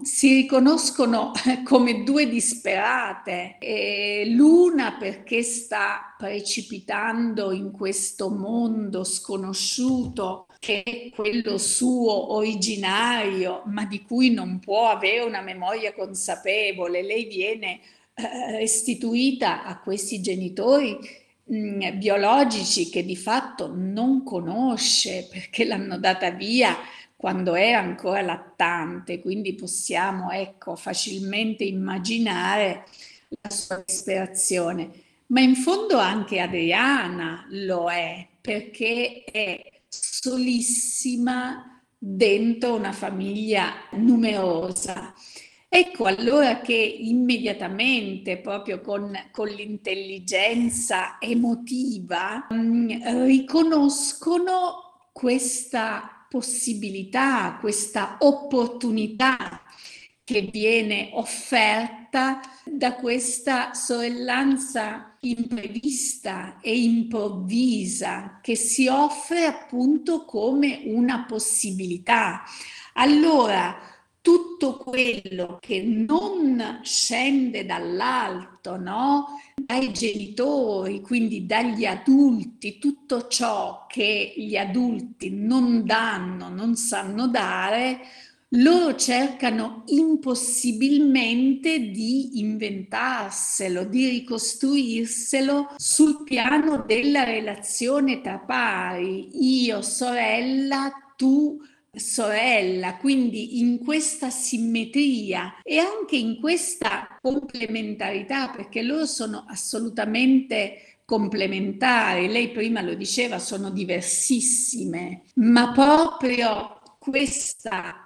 come due disperate, l'una perché sta precipitando in questo mondo sconosciuto che è quello suo originario, ma di cui non può avere una memoria consapevole. Lei viene restituita a questi genitori biologici che di fatto non conosce perché l'hanno data via quando era ancora lattante, quindi possiamo facilmente immaginare la sua disperazione. Ma in fondo anche Adriana lo è, perché è solissima dentro una famiglia numerosa. Ecco allora che immediatamente, proprio con l'intelligenza emotiva, riconoscono questa possibilità, questa opportunità che viene offerta da questa sorellanza imprevista e improvvisa che si offre appunto come una possibilità. Allora, tutto quello che non scende dall'alto, no? Dai genitori, quindi dagli adulti, tutto ciò che gli adulti non danno, non sanno dare, loro cercano impossibilmente di inventarselo, di ricostruirselo sul piano della relazione tra pari, io sorella, tu sorella, quindi in questa simmetria e anche in questa complementarità, perché loro sono assolutamente complementari. Lei prima lo diceva, sono diversissime, ma proprio questa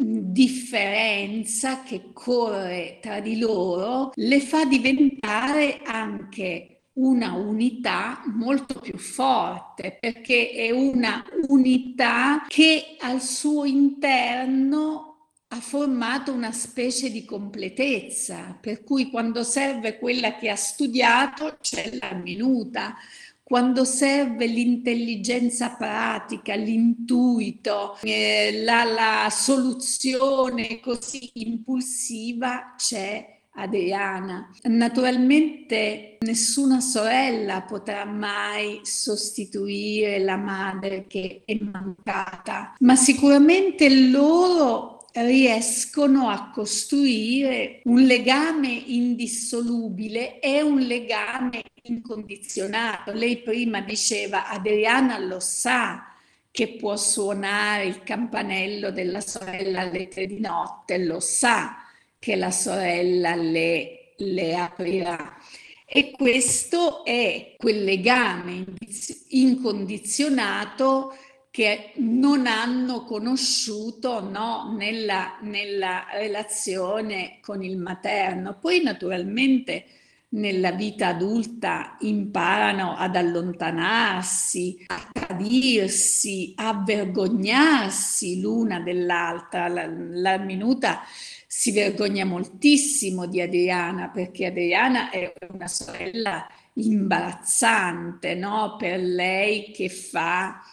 differenza che corre tra di loro le fa diventare anche una unità molto più forte, perché è una unità che al suo interno ha formato una specie di completezza, per cui quando serve quella che ha studiato c'è l'arminuta, quando serve l'intelligenza pratica, l'intuito, la soluzione così impulsiva, c'è Adriana. Naturalmente nessuna sorella potrà mai sostituire la madre che è mancata, ma sicuramente loro riescono a costruire un legame indissolubile e un legame incondizionato. Lei prima diceva, Adriana lo sa che può suonare il campanello della sorella alle 3 di notte, lo sa che la sorella le aprirà. E questo è quel legame incondizionato che non hanno conosciuto, no, nella relazione con il materno. Poi naturalmente nella vita adulta imparano ad allontanarsi, a tradirsi, a vergognarsi l'una dell'altra. L'arminuta si vergogna moltissimo di Adriana, perché Adriana è una sorella imbarazzante, no? Per lei che fa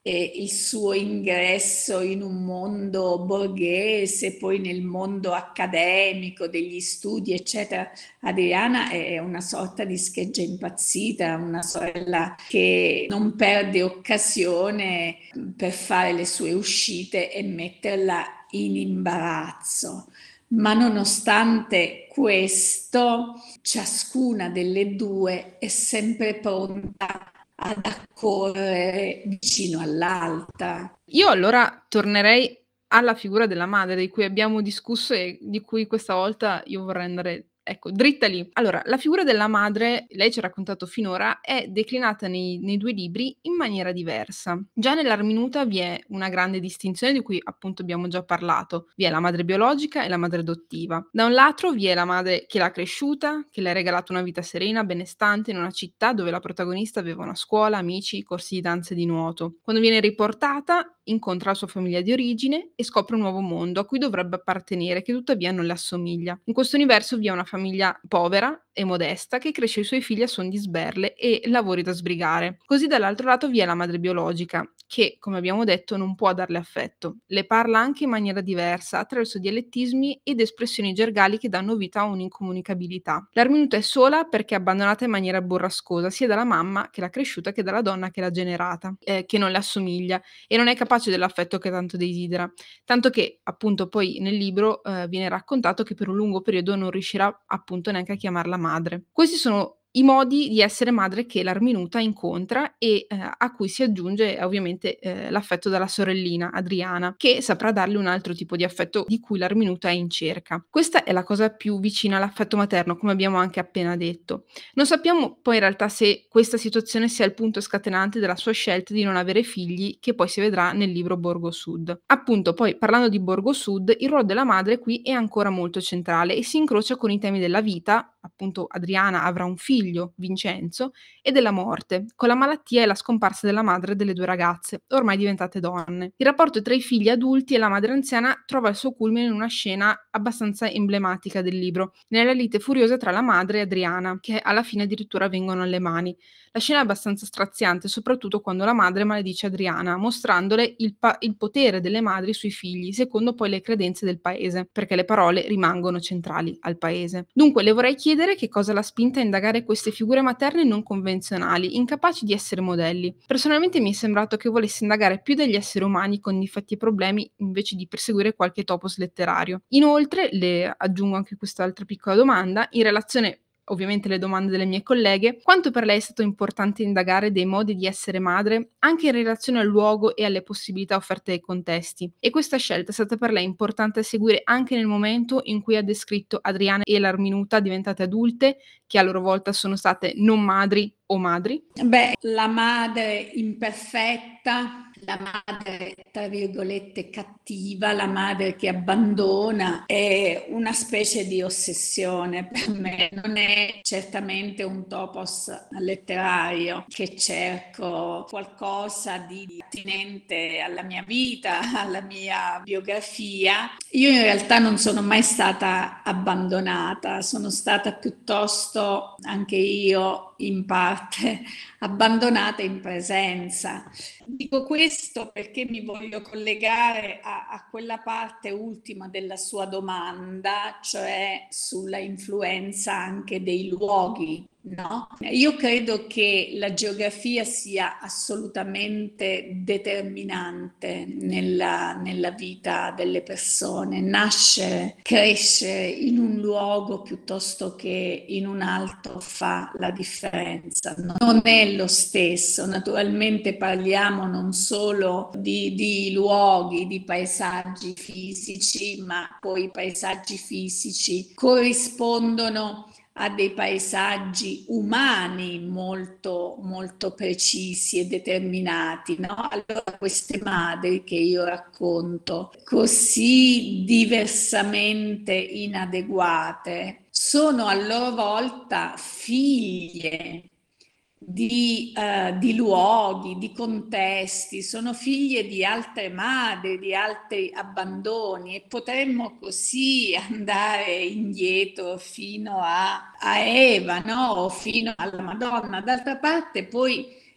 il suo ingresso in un mondo borghese, poi nel mondo accademico, degli studi, eccetera. Adriana è una sorta di scheggia impazzita, una sorella che non perde occasione per fare le sue uscite e metterla in imbarazzo. Ma nonostante questo, ciascuna delle due è sempre pronta ad accorrere vicino all'altra. Io allora tornerei alla figura della madre di cui abbiamo discusso e di cui questa volta io vorrei andare, ecco, dritta lì. Allora, la figura della madre, lei ci ha raccontato finora, è declinata nei 2 libri in maniera diversa. Già nell'Arminuta vi è una grande distinzione di cui appunto abbiamo già parlato. Vi è la madre biologica e la madre adottiva. Da un lato vi è la madre che l'ha cresciuta, che le ha regalato una vita serena, benestante in una città dove la protagonista aveva una scuola, amici, corsi di danza e di nuoto. Quando viene riportata, incontra la sua famiglia di origine e scopre un nuovo mondo a cui dovrebbe appartenere, che tuttavia non le assomiglia. In questo universo vi è una famiglia povera e modesta che cresce i suoi figli a suon di sberle e lavori da sbrigare. Così dall'altro lato vi è la madre biologica, che, come abbiamo detto, non può darle affetto. Le parla anche in maniera diversa, attraverso dialettismi ed espressioni gergali che danno vita a un'incomunicabilità. L'Arminuta è sola perché è abbandonata in maniera burrascosa, sia dalla mamma che l'ha cresciuta che dalla donna che l'ha generata, che non le assomiglia e non è capace dell'affetto che tanto desidera. Tanto che, appunto, poi nel libro viene raccontato che per un lungo periodo non riuscirà appunto neanche a chiamarla madre. Questi sono i modi di essere madre che l'Arminuta incontra e a cui si aggiunge ovviamente l'affetto della sorellina Adriana, che saprà darle un altro tipo di affetto di cui l'Arminuta è in cerca. Questa è la cosa più vicina all'affetto materno, come abbiamo anche appena detto. Non sappiamo poi in realtà se questa situazione sia il punto scatenante della sua scelta di non avere figli, che poi si vedrà nel libro Borgo Sud. Appunto, poi parlando di Borgo Sud, il ruolo della madre qui è ancora molto centrale e si incrocia con i temi della vita. Appunto, Adriana avrà un figlio, Vincenzo, e della morte, con la malattia e la scomparsa della madre delle 2 ragazze, ormai diventate donne. Il rapporto tra i figli adulti e la madre anziana trova il suo culmine in una scena abbastanza emblematica del libro, nella lite furiosa tra la madre e Adriana, che alla fine addirittura vengono alle mani. La scena è abbastanza straziante, soprattutto quando la madre maledice Adriana, mostrandole il potere delle madri sui figli, secondo poi le credenze del paese, perché le parole rimangono centrali al paese. Dunque, le vorrei chiedere che cosa l'ha spinta a indagare queste figure materne non convenzionali, incapaci di essere modelli. Personalmente mi è sembrato che volesse indagare più degli esseri umani con difetti e problemi, invece di perseguire qualche topos letterario. Inoltre, le aggiungo anche quest'altra piccola domanda, in relazione ovviamente le domande delle mie colleghe, quanto per lei è stato importante indagare dei modi di essere madre anche in relazione al luogo e alle possibilità offerte dai contesti. E questa scelta è stata per lei importante a seguire anche nel momento in cui ha descritto Adriana e l'Arminuta diventate adulte, che a loro volta sono state non madri o madri? Beh, la madre imperfetta, la madre, tra virgolette, cattiva, la madre che abbandona, è una specie di ossessione per me. Non è certamente un topos letterario che cerco qualcosa di attinente alla mia vita, alla mia biografia. Io in realtà non sono mai stata abbandonata, sono stata piuttosto anche io in parte abbandonata in presenza. Dico questo perché mi voglio collegare a quella parte ultima della sua domanda, cioè sulla influenza anche dei luoghi, no? Io credo che la geografia sia assolutamente determinante nella vita delle persone. Nascere, crescere in un luogo piuttosto che in un altro fa la differenza. Non è lo stesso, naturalmente parliamo non solo di luoghi, di paesaggi fisici, ma poi i paesaggi fisici corrispondono a dei paesaggi umani molto, molto precisi e determinati, no? Allora queste madri che io racconto, così diversamente inadeguate, sono a loro volta figlie di luoghi, di contesti, sono figlie di altre madri, di altri abbandoni e potremmo così andare indietro fino a Eva, no? O fino alla Madonna. D'altra parte poi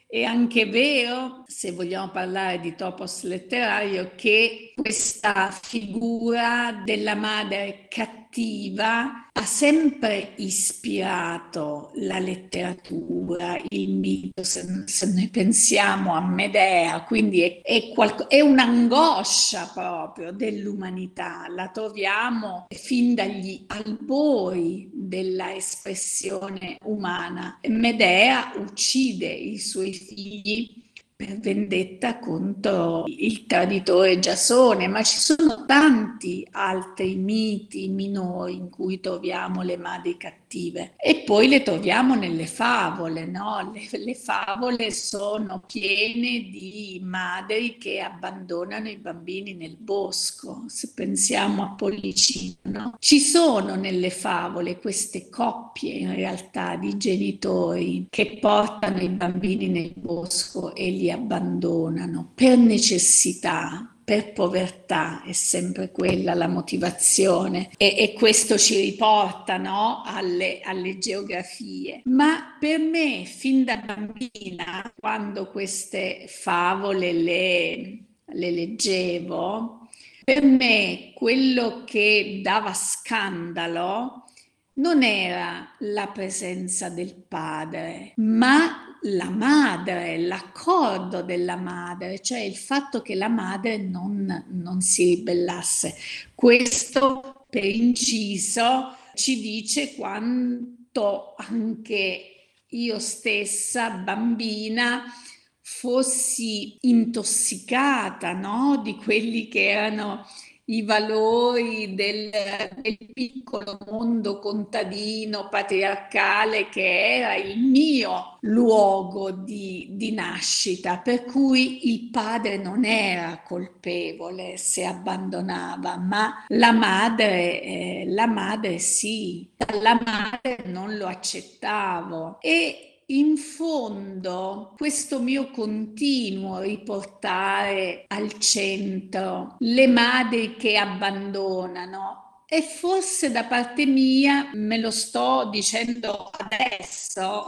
È anche vero, se vogliamo parlare di topos letterario, che questa figura della madre cattiva ha sempre ispirato la letteratura, il mito, se noi pensiamo a Medea, quindi è un'angoscia proprio dell'umanità, la troviamo fin dagli albori della espressione umana. Medea uccide i suoi figli per vendetta contro il traditore Giasone, ma ci sono tanti altri miti minori in cui troviamo le madri cattive e poi le troviamo nelle favole, no? Le favole sono piene di madri che abbandonano i bambini nel bosco, se pensiamo a Pollicino, no? Ci sono nelle favole queste coppie in realtà di genitori che portano i bambini nel bosco e li abbandonano per necessità, per povertà, è sempre quella la motivazione e questo ci riporta, no, alle geografie. Ma per me, fin da bambina, quando queste favole le leggevo, per me quello che dava scandalo non era la presenza del padre, ma la madre, l'accordo della madre, cioè il fatto che la madre non si ribellasse. Questo, per inciso, ci dice quanto anche io stessa, bambina, fossi intossicata, no? Di quelli che erano i valori del piccolo mondo contadino patriarcale che era il mio luogo di nascita, per cui il padre non era colpevole se abbandonava, ma la madre sì, la madre non lo accettavo e in fondo questo mio continuo riportare al centro le madri che abbandonano e forse da parte mia, me lo sto dicendo adesso,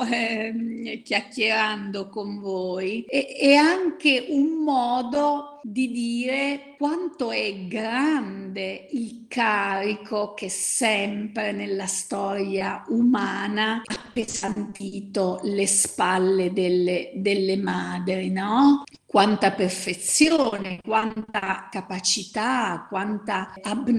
chiacchierando con voi, è anche un modo di dire quanto è grande il carico che sempre nella storia umana ha appesantito le spalle delle madri, no? Quanta perfezione, quanta capacità, quanta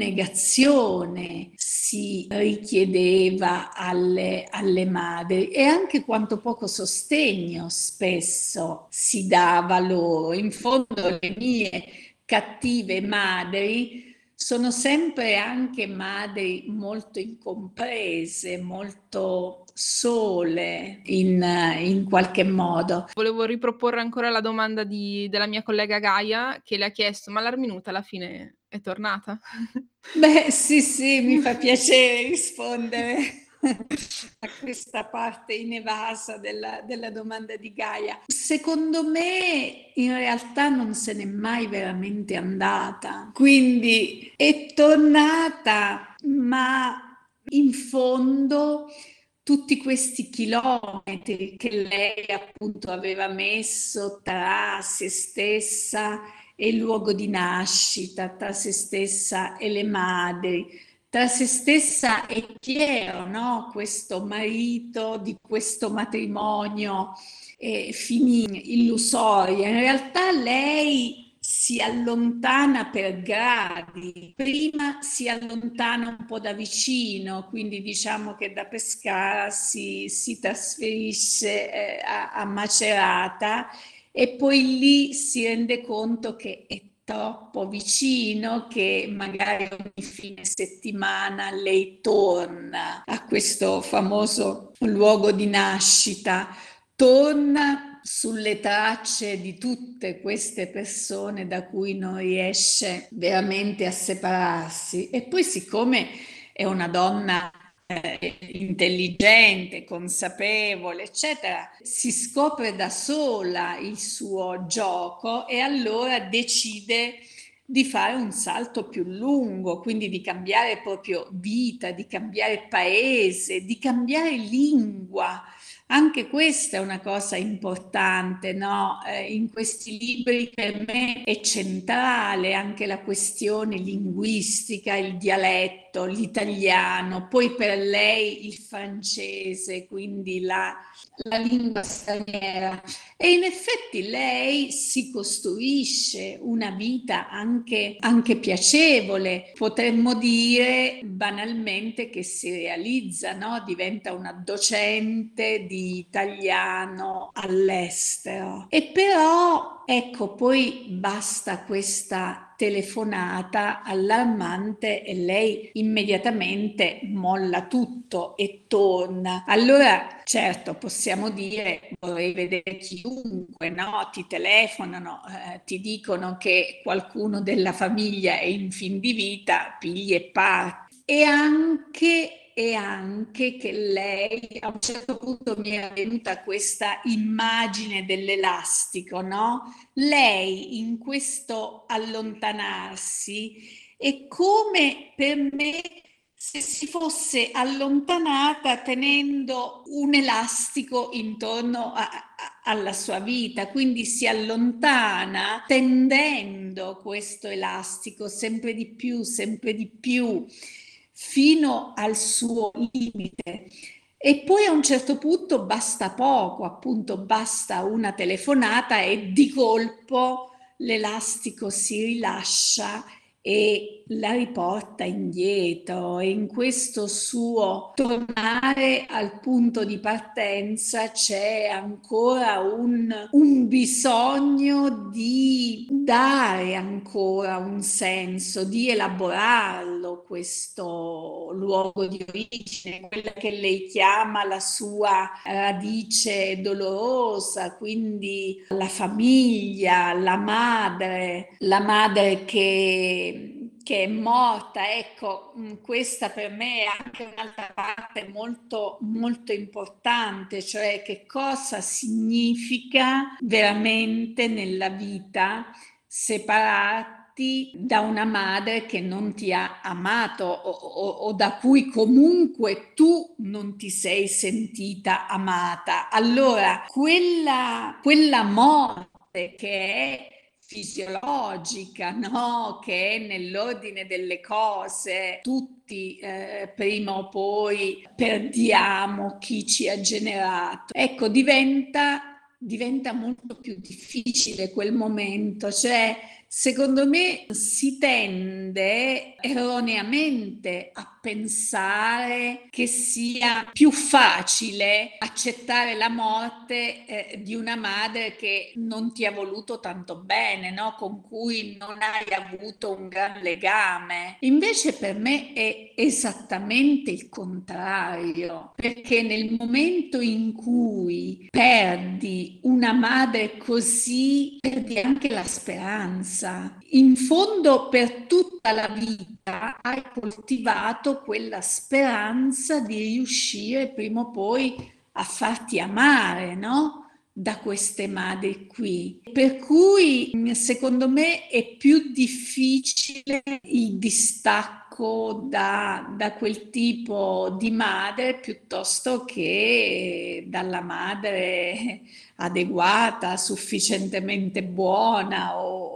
abnegazione si richiedeva alle madri e anche quanto poco sostegno spesso si dava loro. In fondo le mie cattive madri sono sempre anche madri molto incomprese, molto sole in qualche modo. Volevo riproporre ancora la domanda della mia collega Gaia che le ha chiesto: ma l'Arminuta alla fine è tornata? Beh, sì, mi fa piacere rispondere a questa parte inevasa della domanda di Gaia. Secondo me in realtà non se n'è mai veramente andata, quindi è tornata, ma in fondo tutti questi chilometri che lei appunto aveva messo tra se stessa e il luogo di nascita, tra se stessa e le madri, tra se stessa e Piero, no? Questo marito di questo matrimonio finì illusoria. In realtà lei si allontana per gradi, prima si allontana un po' da vicino, quindi diciamo che da Pescara si trasferisce a Macerata e poi lì si rende conto che è troppo vicino, che magari ogni fine settimana lei torna a questo famoso luogo di nascita, torna sulle tracce di tutte queste persone da cui non riesce veramente a separarsi. E poi, siccome è una donna intelligente, consapevole, eccetera, si scopre da sola il suo gioco e allora decide di fare un salto più lungo, quindi di cambiare proprio vita, di cambiare paese, di cambiare lingua, Anche questa è una cosa importante, no? In questi libri per me è centrale anche la questione linguistica, il dialetto, l'italiano, poi per lei il francese, quindi la lingua straniera. E in effetti lei si costruisce una vita anche piacevole, potremmo dire banalmente che si realizza, no? Diventa una docente di italiano all'estero. E però, ecco, poi basta questa telefonata allarmante e lei immediatamente molla tutto e torna. Allora, certo, possiamo dire vorrei vedere chiunque, no? Ti telefonano, ti dicono che qualcuno della famiglia è in fin di vita, pigli e parti. E anche che lei, a un certo punto mi era venuta questa immagine dell'elastico, no? Lei in questo allontanarsi è come per me se si fosse allontanata tenendo un elastico intorno alla sua vita, quindi si allontana tendendo questo elastico sempre di più, fino al suo limite. E poi a un certo punto basta poco, appunto basta una telefonata e di colpo l'elastico si rilascia e la riporta indietro, e in questo suo tornare al punto di partenza c'è ancora un bisogno di dare ancora un senso, di elaborarlo questo luogo di origine, quella che lei chiama la sua radice dolorosa, quindi la famiglia, la madre che è morta. Ecco, questa per me è anche un'altra parte molto, molto importante, cioè che cosa significa veramente nella vita separarti da una madre che non ti ha amato o da cui comunque tu non ti sei sentita amata. Allora, quella morte che è fisiologica, no? Che è nell'ordine delle cose, tutti prima o poi perdiamo chi ci ha generato. Ecco, diventa molto più difficile quel momento, cioè secondo me si tende erroneamente a pensare che sia più facile accettare la morte di una madre che non ti ha voluto tanto bene, no? Con cui non hai avuto un gran legame. Invece per me è esattamente il contrario, perché nel momento in cui perdi una madre così, perdi anche la speranza. In fondo per tutta la vita hai coltivato quella speranza di riuscire prima o poi a farti amare, no? Da queste madri qui. Per cui secondo me è più difficile il distacco da quel tipo di madre piuttosto che dalla madre adeguata, sufficientemente buona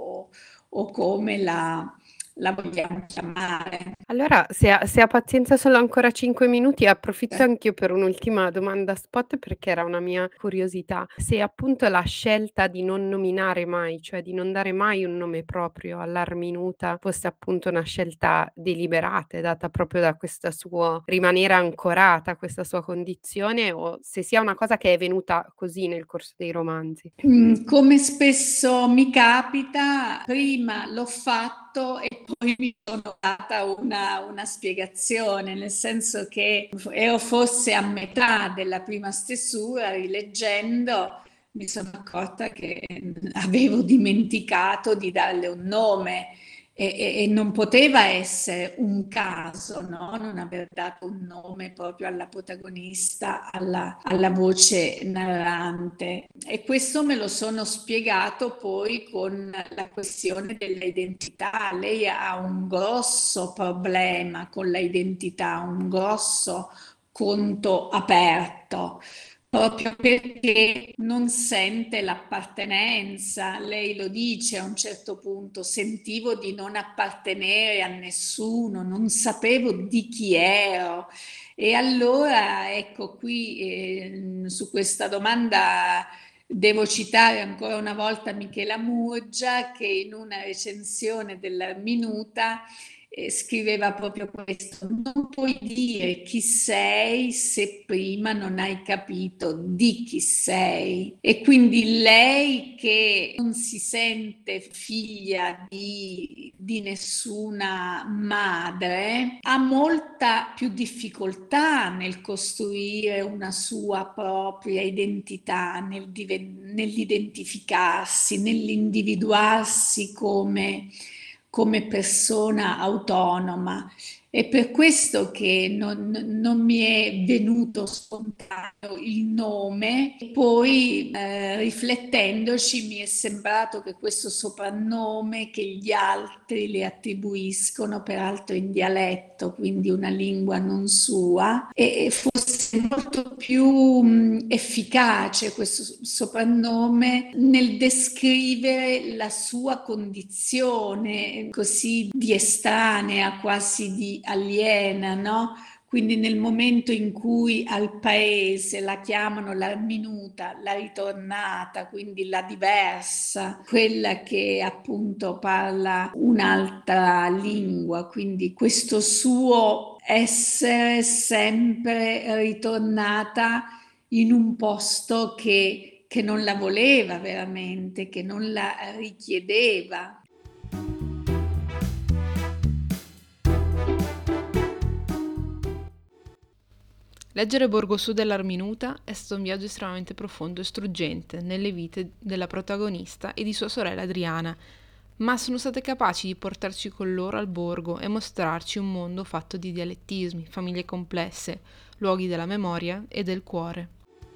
o come la vogliamo chiamare. Allora, se ha pazienza solo ancora 5 minuti, approfitto anch'io per un'ultima domanda spot perché era una mia curiosità. Se appunto la scelta di non nominare mai, cioè di non dare mai un nome proprio all'Arminuta, fosse appunto una scelta deliberata, data proprio da questa sua rimanere ancorata a questa sua condizione, o se sia una cosa che è venuta così nel corso dei romanzi. Come spesso mi capita, prima l'ho fatto e poi mi sono data una spiegazione, nel senso che ero forse a metà della prima stesura, rileggendo, mi sono accorta che avevo dimenticato di darle un nome e non poteva essere un caso, no? Non aver dato un nome proprio alla protagonista, alla voce narrante. E questo me lo sono spiegato poi con la questione dell'identità. Lei ha un grosso problema con l'identità, un grosso conto aperto. proprio perché non sente l'appartenenza. Lei lo dice a un certo punto: sentivo di non appartenere a nessuno, non sapevo di chi ero. E allora, ecco, qui su questa domanda devo citare ancora una volta Michela Murgia, che in una recensione della Minuta scriveva proprio questo: non puoi dire chi sei se prima non hai capito di chi sei. E quindi lei, che non si sente figlia di nessuna madre, ha molta più difficoltà nel costruire una sua propria identità, nell'identificarsi, nell'individuarsi come persona autonoma. È per questo che non mi è venuto spontaneo il nome, e poi riflettendoci mi è sembrato che questo soprannome che gli altri le attribuiscono, peraltro in dialetto, quindi una lingua non sua, e fosse molto più efficace questo soprannome nel descrivere la sua condizione così di estranea, quasi di aliena, no? Quindi nel momento in cui al paese la chiamano la minuta, la ritornata, quindi la diversa, quella che appunto parla un'altra lingua, quindi questo suo essere sempre ritornata in un posto che non la voleva veramente, che non la richiedeva. Leggere Borgo Sud dell'Arminuta è stato un viaggio estremamente profondo e struggente nelle vite della protagonista e di sua sorella Adriana, ma sono state capaci di portarci con loro al borgo e mostrarci un mondo fatto di dialettismi, famiglie complesse, luoghi della memoria e del cuore.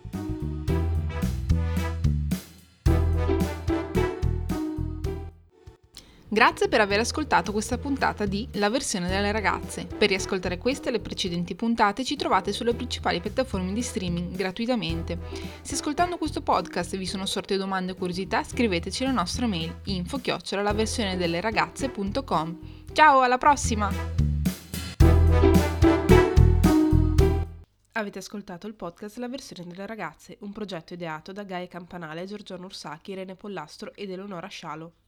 Grazie per aver ascoltato questa puntata di La versione delle ragazze. Per riascoltare queste e le precedenti puntate ci trovate sulle principali piattaforme di streaming gratuitamente. Se ascoltando questo podcast vi sono sorte domande o curiosità, scriveteci alla nostra mail info@laversionedelleragazze.com. Ciao, alla prossima! Avete ascoltato il podcast La versione delle ragazze, un progetto ideato da Gaia Campanale, Giorgione Ursacchi, Irene Pollastro ed Eleonora Scialo.